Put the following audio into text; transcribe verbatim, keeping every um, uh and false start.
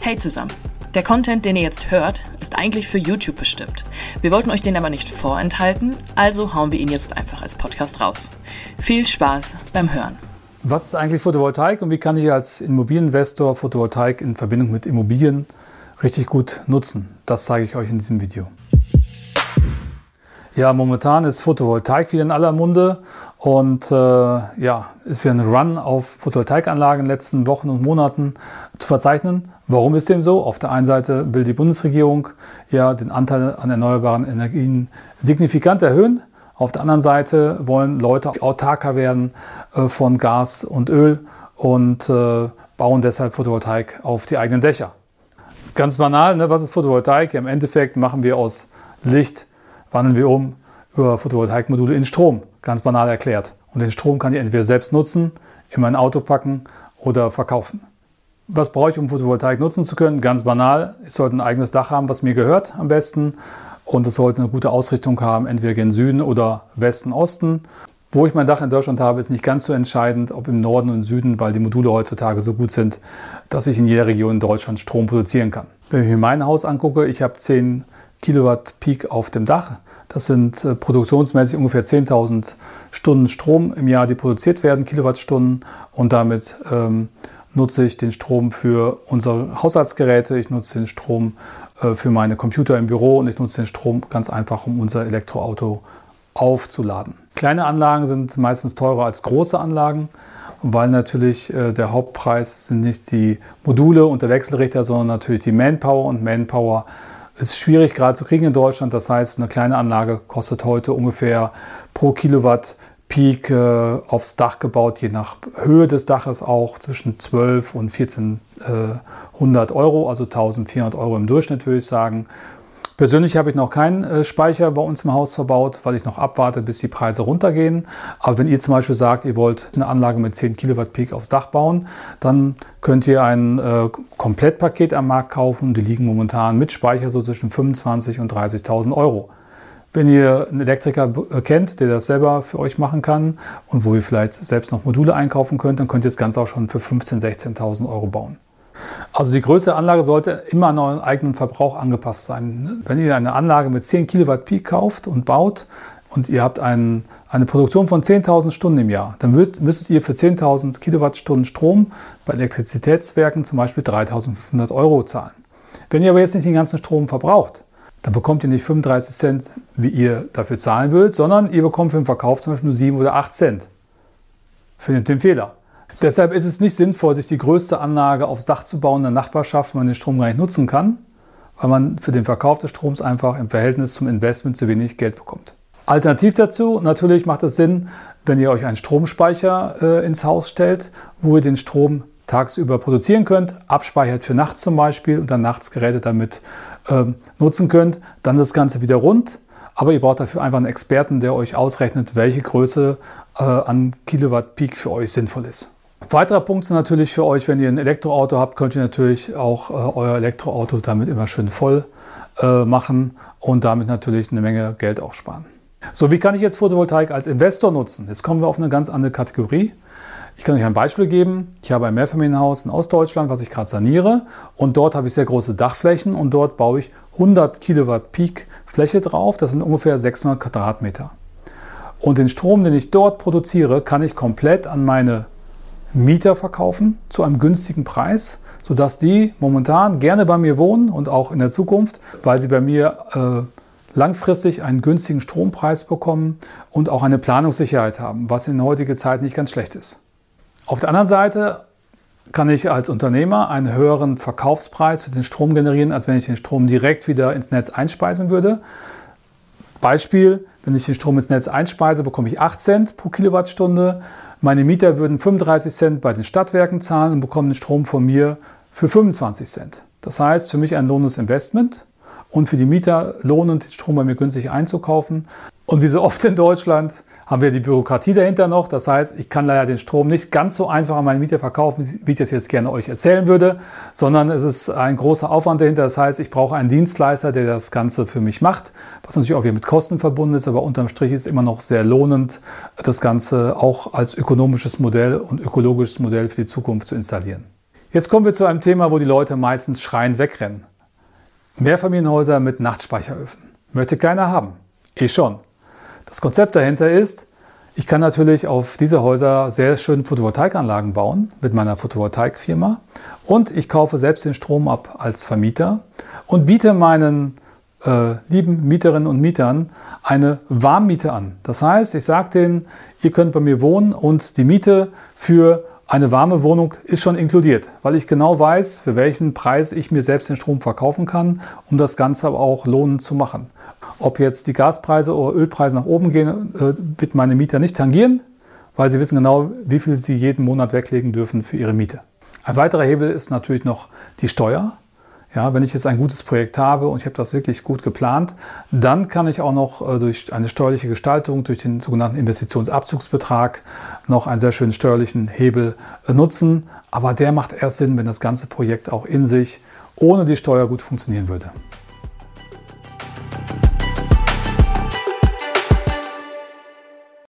Hey zusammen! Der Content, den ihr jetzt hört, ist eigentlich für YouTube bestimmt. Wir wollten euch den aber nicht vorenthalten, also hauen wir ihn jetzt einfach als Podcast raus. Viel Spaß beim Hören! Was ist eigentlich Photovoltaik und wie kann ich als Immobilieninvestor Photovoltaik in Verbindung mit Immobilien richtig gut nutzen? Das zeige ich euch in diesem Video. Ja, momentan ist Photovoltaik wieder in aller Munde und äh, ja, ist wieder ein Run auf Photovoltaikanlagen in den letzten Wochen und Monaten zu verzeichnen. Warum ist dem so? Auf der einen Seite will die Bundesregierung ja den Anteil an erneuerbaren Energien signifikant erhöhen. Auf der anderen Seite wollen Leute autarker werden äh, von Gas und Öl und äh, bauen deshalb Photovoltaik auf die eigenen Dächer. Ganz banal, ne? Was ist Photovoltaik? Ja, im Endeffekt machen wir aus Licht, wandeln wir um über Photovoltaikmodule in Strom, ganz banal erklärt. Und den Strom kann ich entweder selbst nutzen, in mein Auto packen oder verkaufen. Was brauche ich, um Photovoltaik nutzen zu können? Ganz banal, ich sollte ein eigenes Dach haben, was mir gehört am besten. Und es sollte eine gute Ausrichtung haben, entweder gen Süden oder Westen, Osten. Wo ich mein Dach in Deutschland habe, ist nicht ganz so entscheidend, ob im Norden und Süden, weil die Module heutzutage so gut sind, dass ich in jeder Region in Deutschland Strom produzieren kann. Wenn ich mir mein Haus angucke, ich habe zehn Kilowatt Peak auf dem Dach. Das sind äh, produktionsmäßig ungefähr zehntausend Stunden Strom im Jahr, die produziert werden, Kilowattstunden. Und damit ähm, nutze ich den Strom für unsere Haushaltsgeräte, ich nutze den Strom äh, für meine Computer im Büro und ich nutze den Strom ganz einfach, um unser Elektroauto aufzuladen. Kleine Anlagen sind meistens teurer als große Anlagen, weil natürlich äh, der Hauptpreis sind nicht die Module und der Wechselrichter, sondern natürlich die Manpower und Manpower ist schwierig gerade zu kriegen in Deutschland. Das heißt, eine kleine Anlage kostet heute ungefähr pro Kilowatt Peak äh, aufs Dach gebaut, je nach Höhe des Daches auch zwischen zwölf und vierzehnhundert Euro, also eintausendvierhundert Euro im Durchschnitt würde ich sagen. Persönlich habe ich noch keinen äh, Speicher bei uns im Haus verbaut, weil ich noch abwarte, bis die Preise runtergehen. Aber wenn ihr zum Beispiel sagt, ihr wollt eine Anlage mit zehn Kilowatt Peak aufs Dach bauen, dann könnt ihr ein äh, Komplettpaket am Markt kaufen. Die liegen momentan mit Speicher so zwischen fünfundzwanzigtausend und dreißigtausend Euro. Wenn ihr einen Elektriker kennt, der das selber für euch machen kann und wo ihr vielleicht selbst noch Module einkaufen könnt, dann könnt ihr das Ganze auch schon für fünfzehntausend, sechzehntausend Euro bauen. Also die Größe der Anlage sollte immer an euren eigenen Verbrauch angepasst sein. Wenn ihr eine Anlage mit zehn Kilowatt Peak kauft und baut und ihr habt einen, eine Produktion von zehntausend Stunden im Jahr, dann müsst, müsstet ihr für zehntausend Kilowattstunden Strom bei Elektrizitätswerken zum Beispiel dreitausendfünfhundert Euro zahlen. Wenn ihr aber jetzt nicht den ganzen Strom verbraucht, dann bekommt ihr nicht fünfunddreißig Cent, wie ihr dafür zahlen würdet, sondern ihr bekommt für den Verkauf zum Beispiel nur sieben oder acht Cent. Findet den Fehler. Deshalb ist es nicht sinnvoll, sich die größte Anlage aufs Dach zu bauen in der Nachbarschaft, wo man den Strom gar nicht nutzen kann, weil man für den Verkauf des Stroms einfach im Verhältnis zum Investment zu wenig Geld bekommt. Alternativ dazu, natürlich macht es Sinn, wenn ihr euch einen Stromspeicher äh, ins Haus stellt, wo ihr den Strom tagsüber produzieren könnt, abspeichert für nachts zum Beispiel und dann nachts Geräte damit äh, nutzen könnt, dann das Ganze wieder rund. Aber ihr braucht dafür einfach einen Experten, der euch ausrechnet, welche Größe äh, an Kilowatt Peak für euch sinnvoll ist. Weiterer Punkt ist natürlich für euch, wenn ihr ein Elektroauto habt, könnt ihr natürlich auch äh, euer Elektroauto damit immer schön voll äh, machen und damit natürlich eine Menge Geld auch sparen. So, wie kann ich jetzt Photovoltaik als Investor nutzen? Jetzt kommen wir auf eine ganz andere Kategorie. Ich kann euch ein Beispiel geben. Ich habe ein Mehrfamilienhaus in Ostdeutschland, was ich gerade saniere und dort habe ich sehr große Dachflächen und dort baue ich hundert Kilowatt Peak Fläche drauf. Das sind ungefähr sechshundert Quadratmeter. Und den Strom, den ich dort produziere, kann ich komplett an meine Mieter verkaufen zu einem günstigen Preis, sodass die momentan gerne bei mir wohnen und auch in der Zukunft, weil sie bei mir äh, langfristig einen günstigen Strompreis bekommen und auch eine Planungssicherheit haben, was in heutiger Zeit nicht ganz schlecht ist. Auf der anderen Seite kann ich als Unternehmer einen höheren Verkaufspreis für den Strom generieren, als wenn ich den Strom direkt wieder ins Netz einspeisen würde. Beispiel, wenn ich den Strom ins Netz einspeise, bekomme ich acht Cent pro Kilowattstunde. Meine Mieter würden fünfunddreißig Cent bei den Stadtwerken zahlen und bekommen den Strom von mir für fünfundzwanzig Cent. Das heißt, für mich ein lohnendes Investment und für die Mieter lohnend, den Strom bei mir günstig einzukaufen. Und wie so oft in Deutschland haben wir die Bürokratie dahinter noch. Das heißt, ich kann leider den Strom nicht ganz so einfach an meine Mieter verkaufen, wie ich das jetzt gerne euch erzählen würde, sondern es ist ein großer Aufwand dahinter. Das heißt, ich brauche einen Dienstleister, der das Ganze für mich macht, was natürlich auch wieder mit Kosten verbunden ist, aber unterm Strich ist es immer noch sehr lohnend, das Ganze auch als ökonomisches Modell und ökologisches Modell für die Zukunft zu installieren. Jetzt kommen wir zu einem Thema, wo die Leute meistens schreiend wegrennen. Mehrfamilienhäuser mit Nachtspeicheröfen. Möchte keiner haben. Ich schon. Das Konzept dahinter ist, ich kann natürlich auf diese Häuser sehr schön Photovoltaikanlagen bauen mit meiner Photovoltaikfirma und ich kaufe selbst den Strom ab als Vermieter und biete meinen äh, lieben Mieterinnen und Mietern eine Warmmiete an. Das heißt, ich sage denen, ihr könnt bei mir wohnen und die Miete für eine warme Wohnung ist schon inkludiert, weil ich genau weiß, für welchen Preis ich mir selbst den Strom verkaufen kann, um das Ganze aber auch lohnend zu machen. Ob jetzt die Gaspreise oder Ölpreise nach oben gehen, wird meine Mieter nicht tangieren, weil sie wissen genau, wie viel sie jeden Monat weglegen dürfen für ihre Miete. Ein weiterer Hebel ist natürlich noch die Steuer. Ja, wenn ich jetzt ein gutes Projekt habe und ich habe das wirklich gut geplant, dann kann ich auch noch durch eine steuerliche Gestaltung, durch den sogenannten Investitionsabzugsbetrag noch einen sehr schönen steuerlichen Hebel nutzen. Aber der macht erst Sinn, wenn das ganze Projekt auch in sich ohne die Steuer gut funktionieren würde.